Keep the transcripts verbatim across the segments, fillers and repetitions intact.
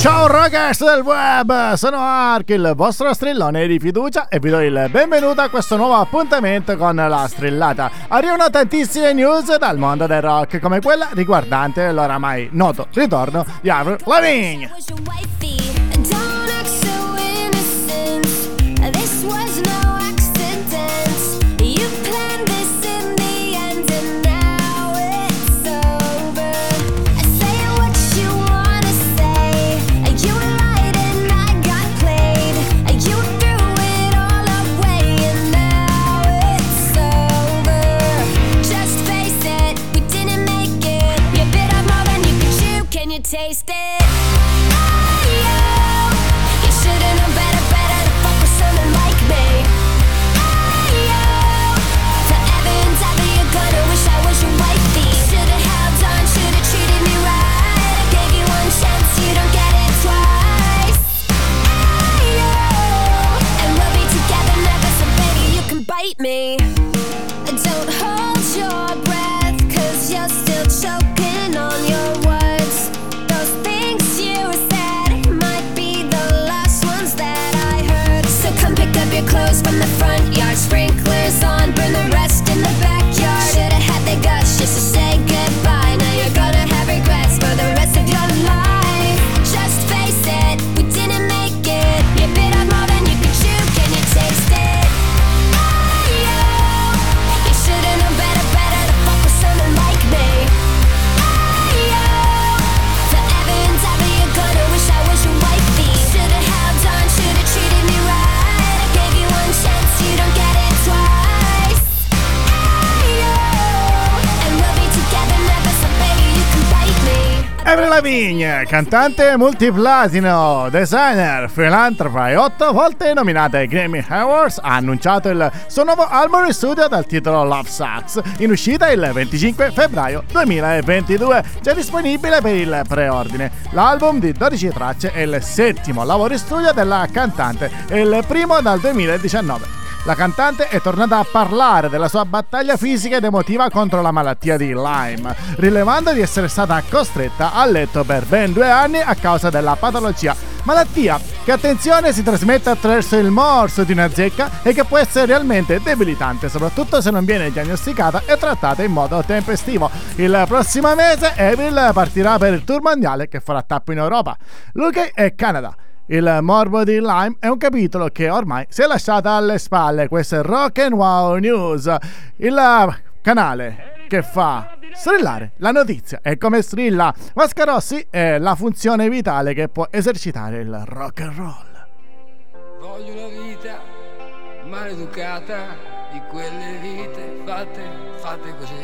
Ciao ragazzi del web, sono Ark, il vostro strillone di fiducia, e vi do il benvenuto a questo nuovo appuntamento con la strillata. Arrivano tantissime news dal mondo del rock, come quella riguardante l'oramai noto ritorno di Avril Lavigne. Taste it. Oh, you, you should've known better, better to fuck with someone like me. Oh, you, forever and ever you're gonna wish I was your wifey. Should've held on, should've treated me right. I gave you one chance, you don't get it twice. Oh, you, and we'll be together never, so baby you can bite me. Don't hold your breath, cause you're still choking on your words. Clothes from the front yard, sprinklers on, burn the rest in the backyard. Should've had the guts just to say goodbye. Now you're gonna have regrets for the rest of your life. Just face it, we didn't make it. You bit off more than you could chew, can you taste it? Oh, you, you should've known better, better to fuck with someone like me. Oh, you, forever and ever you're gonna wish I was your wifey. Should've held on, should've treated me right. Chance you don't get it twice. And we'll be together never, so baby you can bite me. Avril Lavigne, cantante multiplatino, designer, filantropa e otto volte nominata ai Grammy Awards, ha annunciato il suo nuovo album in studio dal titolo Love Sucks, in uscita il venticinque febbraio duemilaventidue, già disponibile per il preordine. L'album di dodici tracce è il settimo lavoro in studio della cantante e il primo dal duemiladiciannove. La cantante è tornata a parlare della sua battaglia fisica ed emotiva contro la malattia di Lyme, rilevando di essere stata costretta a letto per ben due anni a causa della patologia, malattia che, attenzione, si trasmette attraverso il morso di una zecca e che può essere realmente debilitante, soprattutto se non viene diagnosticata e trattata in modo tempestivo. Il prossimo mese Avril partirà per il tour mondiale che farà tappo in Europa, U K e Canada. Il morbo di Lyme è un capitolo che ormai si è lasciato alle spalle. Questo è Rock and Wow News, il canale che fa strillare la notizia. E come strilla Vasco Rossi è la funzione vitale che può esercitare il rock and roll. Voglio una vita maleducata, di quelle vite fatte, fatte così.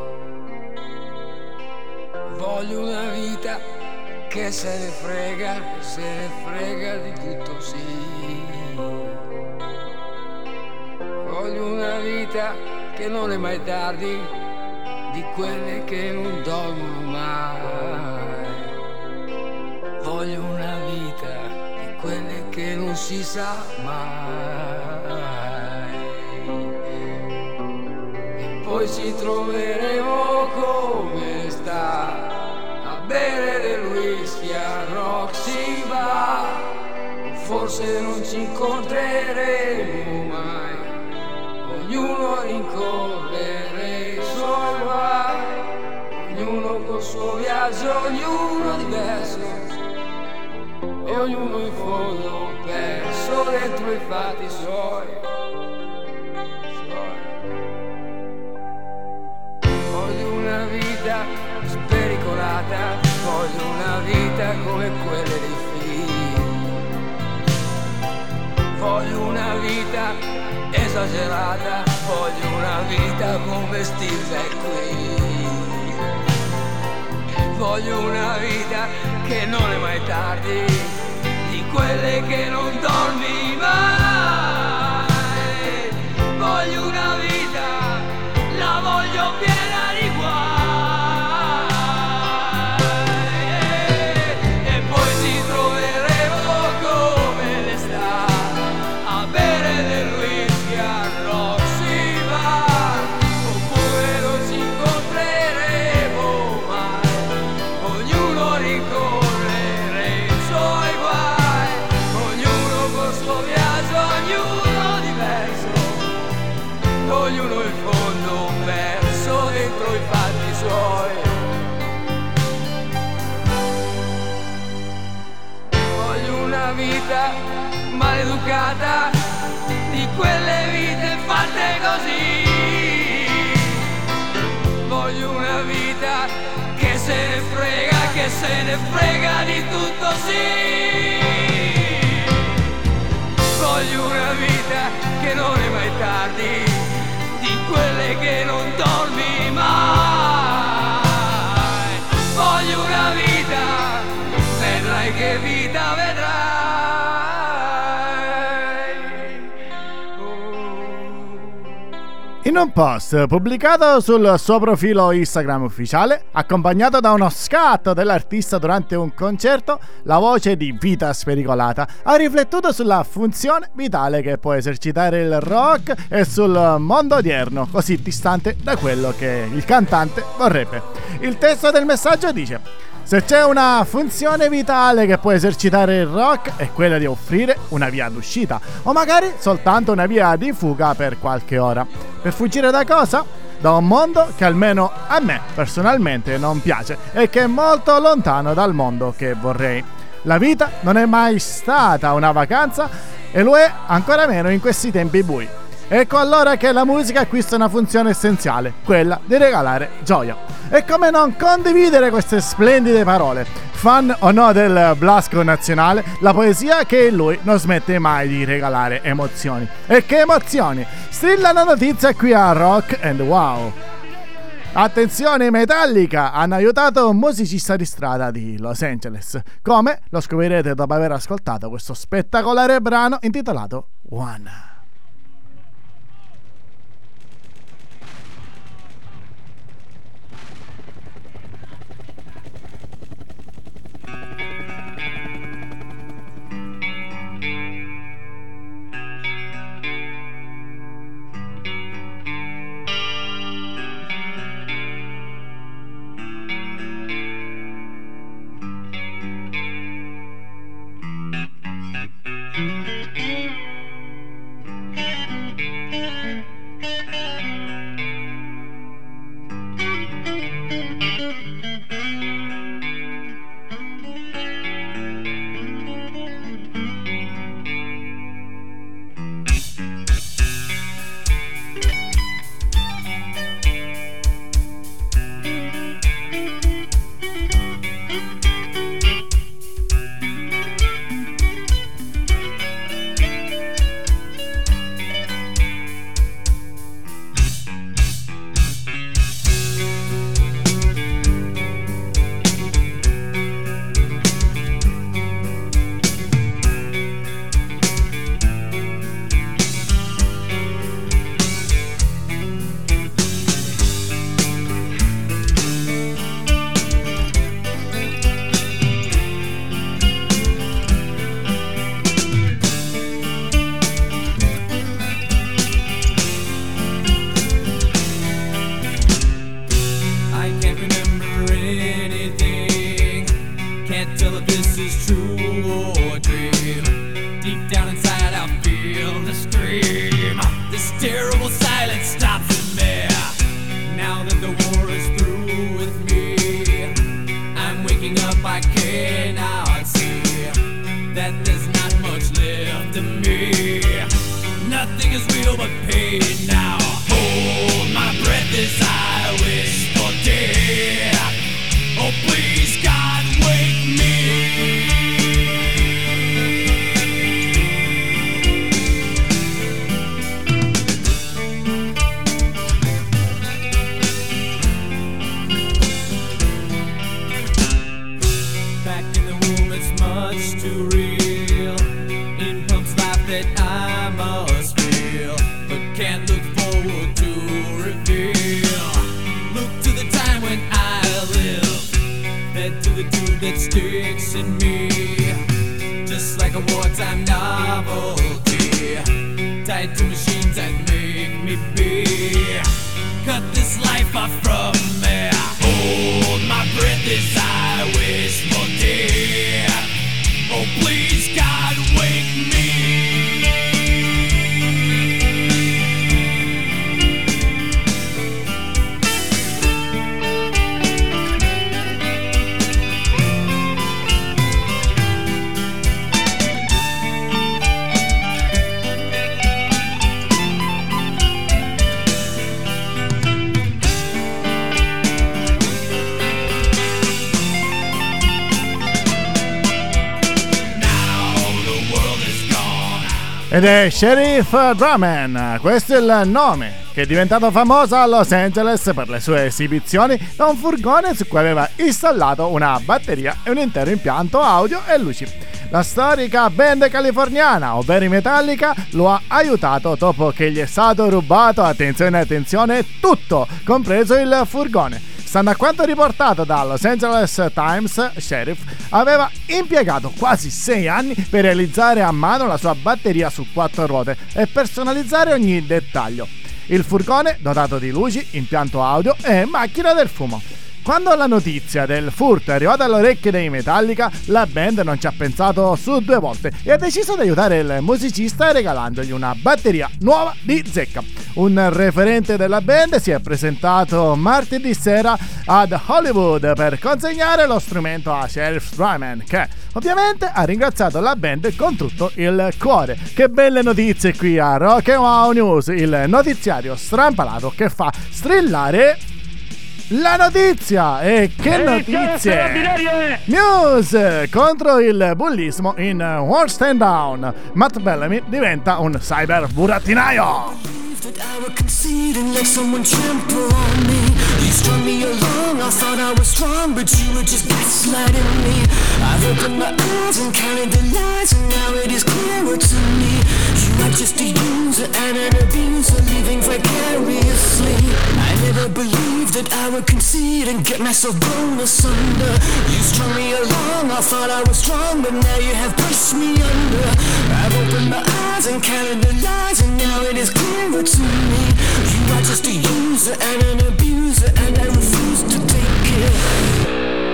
Voglio una vita che se ne frega, se ne frega di tutto, sì. Voglio una vita che non è mai tardi, di quelle che non dormono mai. Voglio una vita di quelle che non si sa mai. E poi ci troveremo come sta a bere del whisky a Roxy Bar. Forse non ci incontreremo mai, ognuno rincorrere i suoi guai, ognuno col suo viaggio, ognuno diverso e ognuno in fondo perso dentro i fatti suoi. Voglio una vita spericolata, voglio una vita come quelle dei film. Voglio una vita esagerata, voglio una vita come Steve McQueen. Voglio una vita che non è mai tardi, di quelle che non dormi mai. Voglio una vita, la voglio piena di guai. Rincorrere i suoi maleducata, di quelle vite fatte così. Voglio una vita che se ne frega, che se ne frega di tutto, sì. Voglio una vita che non è mai tardi, di quelle che non dormi mai. Voglio una vita, vedrai che vita vedrai. In un post pubblicato sul suo profilo Instagram ufficiale, accompagnato da uno scatto dell'artista durante un concerto, la voce di Vita Spericolata ha riflettuto sulla funzione vitale che può esercitare il rock e sul mondo odierno, così distante da quello che il cantante vorrebbe. Il testo del messaggio dice: se c'è una funzione vitale che può esercitare il rock è quella di offrire una via d'uscita, o magari soltanto una via di fuga per qualche ora. Per fuggire da cosa? Da un mondo che almeno a me personalmente non piace e che è molto lontano dal mondo che vorrei. La vita non è mai stata una vacanza e lo è ancora meno in questi tempi bui. Ecco allora che la musica acquista una funzione essenziale, quella di regalare gioia. E come non condividere queste splendide parole? Fan o no del Blasco nazionale, la poesia che in lui non smette mai di regalare emozioni. E che emozioni! Strilla la notizia qui a Rock and Wow. Attenzione, Metallica hanno aiutato un musicista di strada di Los Angeles. Come? Lo scoprirete dopo aver ascoltato questo spettacolare brano intitolato One. Ed è Sheriff Drummond, questo è il nome, che è diventato famoso a Los Angeles per le sue esibizioni da un furgone su cui aveva installato una batteria e un intero impianto audio e luci. La storica band californiana, ovvero i Metallica, lo ha aiutato dopo che gli è stato rubato, attenzione attenzione, tutto, compreso il furgone. Stando a quanto riportato da Los Angeles Times, Sheriff aveva impiegato quasi sei anni per realizzare a mano la sua batteria su quattro ruote e personalizzare ogni dettaglio. Il furgone, dotato di luci, impianto audio e macchina del fumo. Quando la notizia del furto è arrivata alle orecchie dei Metallica, la band non ci ha pensato su due volte e ha deciso di aiutare il musicista regalandogli una batteria nuova di zecca. Un referente della band si è presentato martedì sera ad Hollywood per consegnare lo strumento a Sheriff Drummond, che ovviamente ha ringraziato la band con tutto il cuore. Che belle notizie qui a Rock and Wow News, il notiziario strampalato che fa strillare la notizia. E che notizie! Muse contro il bullismo in Won't Stand Down. Matt Bellamy diventa un cyber burattinaio. I would concede and let someone trample on me. You strung me along, I thought I was strong, but you were just gaslighting me. I've opened my eyes and counted the lies, and now it is clearer to me. You are just a user and an abuser, living vicariously. I never believed that I would concede and get myself blown asunder. You strung me along, I thought I was strong, but now you have pushed me under. I've opened my eyes and counted the lies, and now it is clearer to me. You are just a user and an abuser, and I refuse to take it.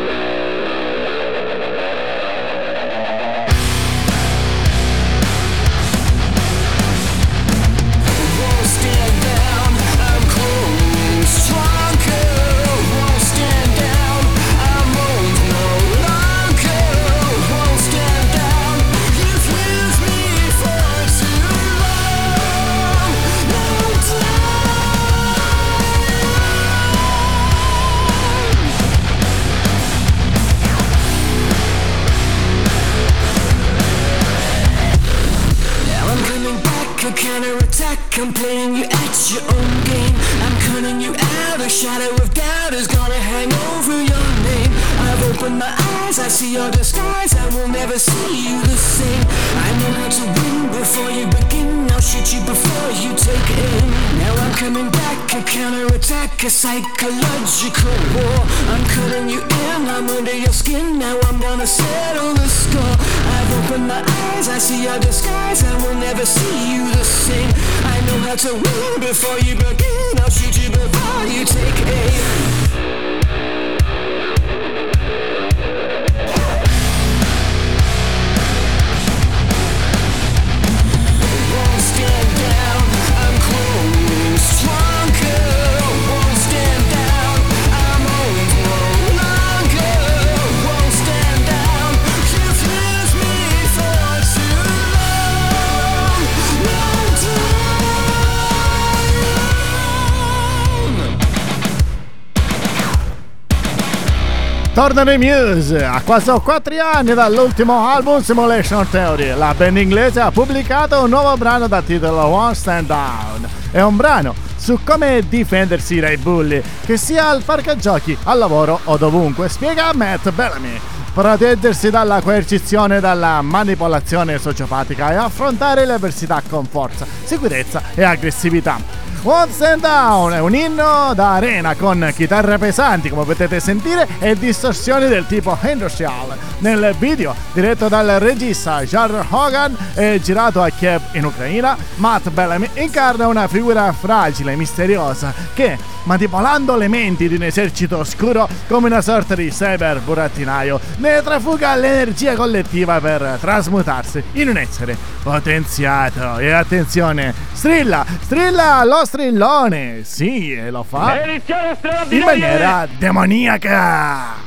I'm playing you at your own game. I'm cutting you out. A shadow of doubt is gonna hang over your name. I've opened my eyes, I see your disguise. I will never see you the same. I know how to win before you begin. I'll shoot you before you take aim. Now I'm coming back, a counterattack, a psychological war. I'm cutting you in, I'm under your skin. Now I'm gonna settle the score. I've opened my eyes, I see your disguise. I will never see you the same. I know how to win before you begin. I'll shoot you before you take aim. Tornano i Muse, a quasi quattro anni dall'ultimo album Simulation Theory. La band inglese ha pubblicato un nuovo brano dal titolo Won't Stand Down. È un brano su come difendersi dai bulli, che sia al parco giochi, al lavoro o dovunque, spiega Matt Bellamy. Proteggersi dalla coercizione, dalla manipolazione sociopatica e affrontare le avversità con forza, sicurezza e aggressività. Won't Stand Down è un inno da arena con chitarre pesanti, come potete sentire, e distorsioni del tipo industrial. Nel video, diretto dal regista Jarrod Hogan e girato a Kiev in Ucraina, Matt Bellamy incarna una figura fragile e misteriosa che, manipolando le menti di un esercito oscuro come una sorta di cyber burattinaio, ne trafuga l'energia collettiva per trasmutarsi in un essere potenziato. E attenzione, strilla, strilla lo strillone, sì, e lo fa in maniera demoniaca.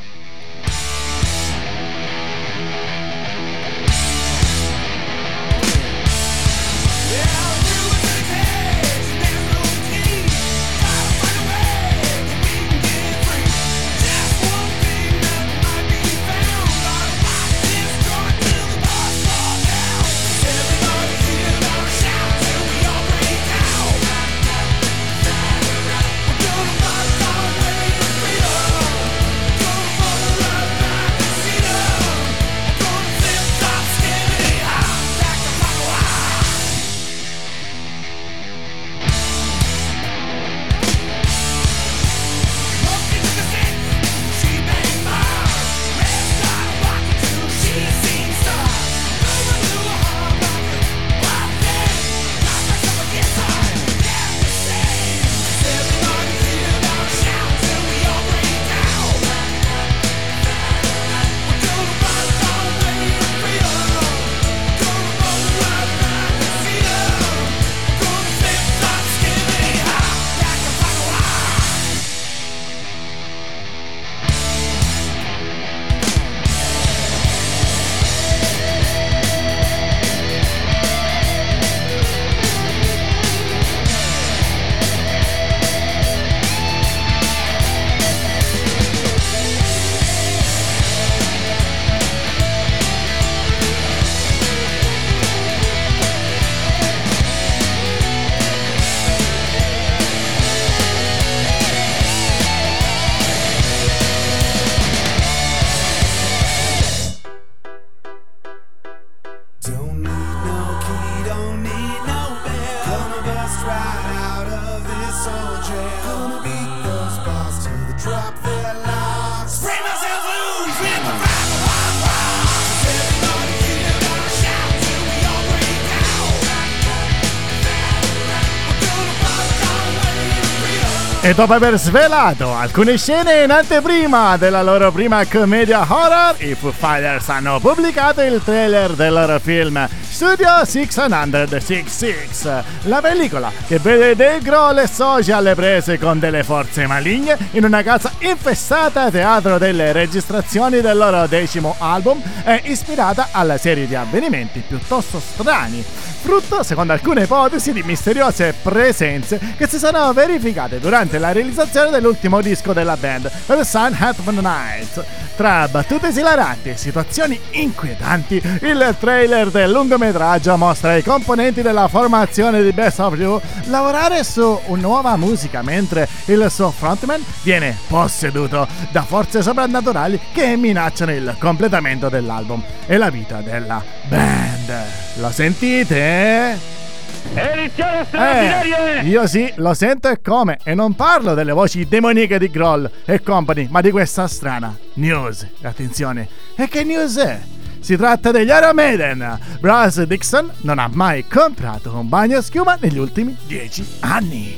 E dopo aver svelato alcune scene in anteprima della loro prima commedia horror, i Foo Fighters hanno pubblicato il trailer del loro film Studio sei sessantosei, la pellicola che vede Dave Grohl e soci alle prese con delle forze maligne in una casa infestata teatro delle registrazioni del loro decimo album e ispirata alla serie di avvenimenti piuttosto strani, frutto, secondo alcune ipotesi, di misteriose presenze che si sono verificate durante la realizzazione dell'ultimo disco della band, The Sun Hat the Night. Tra battute esilaranti e situazioni inquietanti, il trailer del lungometraggio mostra i componenti della formazione di Best of You lavorare su una nuova musica, mentre il suo frontman viene posseduto da forze soprannaturali che minacciano il completamento dell'album e la vita della band. Lo sentite? Edizione straordinaria! Eh, io sì, lo sento e come, e non parlo delle voci demoniche di Grohl e company, ma di questa strana news. Attenzione, e che news è? Si tratta degli Iron Maiden. Bruce Dickinson non ha mai comprato un bagno schiuma negli ultimi dieci anni.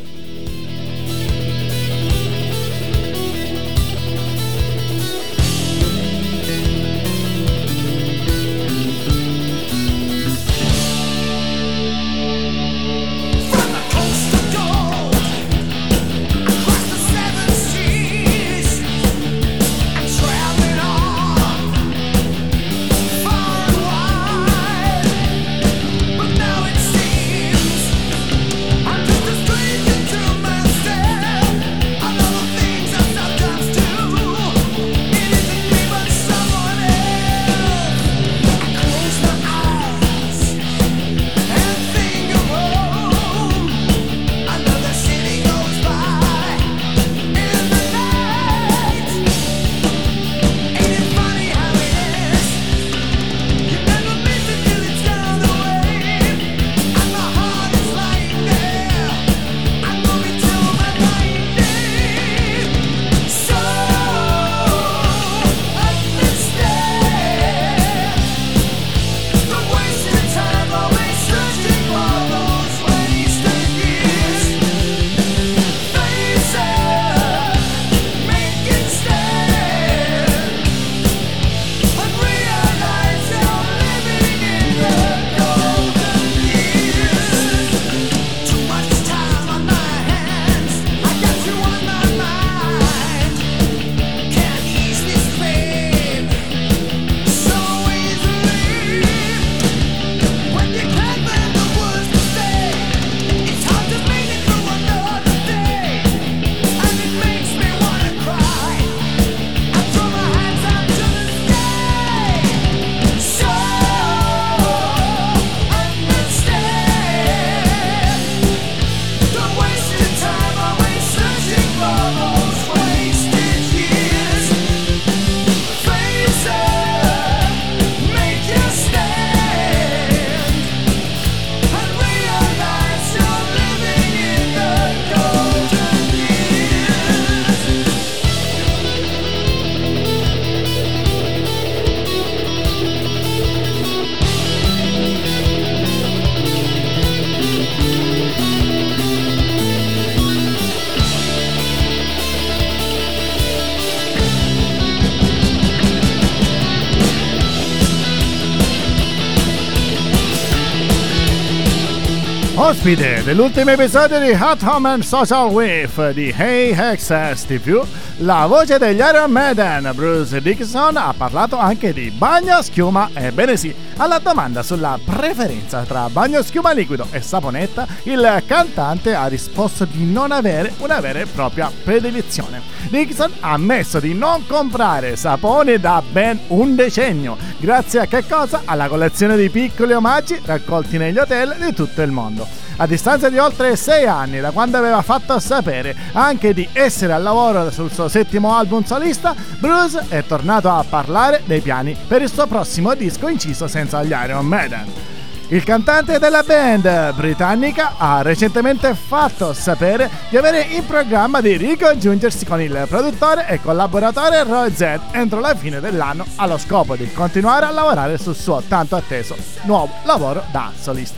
Ospite dell'ultimo episodio di Hot Home and Social Wave di Hey Access tivù, la voce degli Iron Maiden, Bruce Dickinson, ha parlato anche di bagno schiuma. Ebbene sì, alla domanda sulla preferenza tra bagno schiuma liquido e saponetta, il cantante ha risposto di non avere una vera e propria predilezione. Dickinson ha ammesso di non comprare sapone da ben un decennio, grazie a che cosa? Alla collezione di piccoli omaggi raccolti negli hotel di tutto il mondo. A distanza di oltre sei anni da quando aveva fatto sapere anche di essere al lavoro sul suo settimo album solista, Bruce è tornato a parlare dei piani per il suo prossimo disco inciso senza gli Iron Maiden. Il cantante della band britannica ha recentemente fatto sapere di avere in programma di ricongiungersi con il produttore e collaboratore Roy Z entro la fine dell'anno, allo scopo di continuare a lavorare sul suo tanto atteso nuovo lavoro da solista.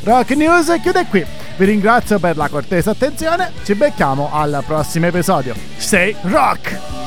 Rock News chiude qui. Vi ringrazio per la cortese attenzione. Ci becchiamo al prossimo episodio. Stay rock!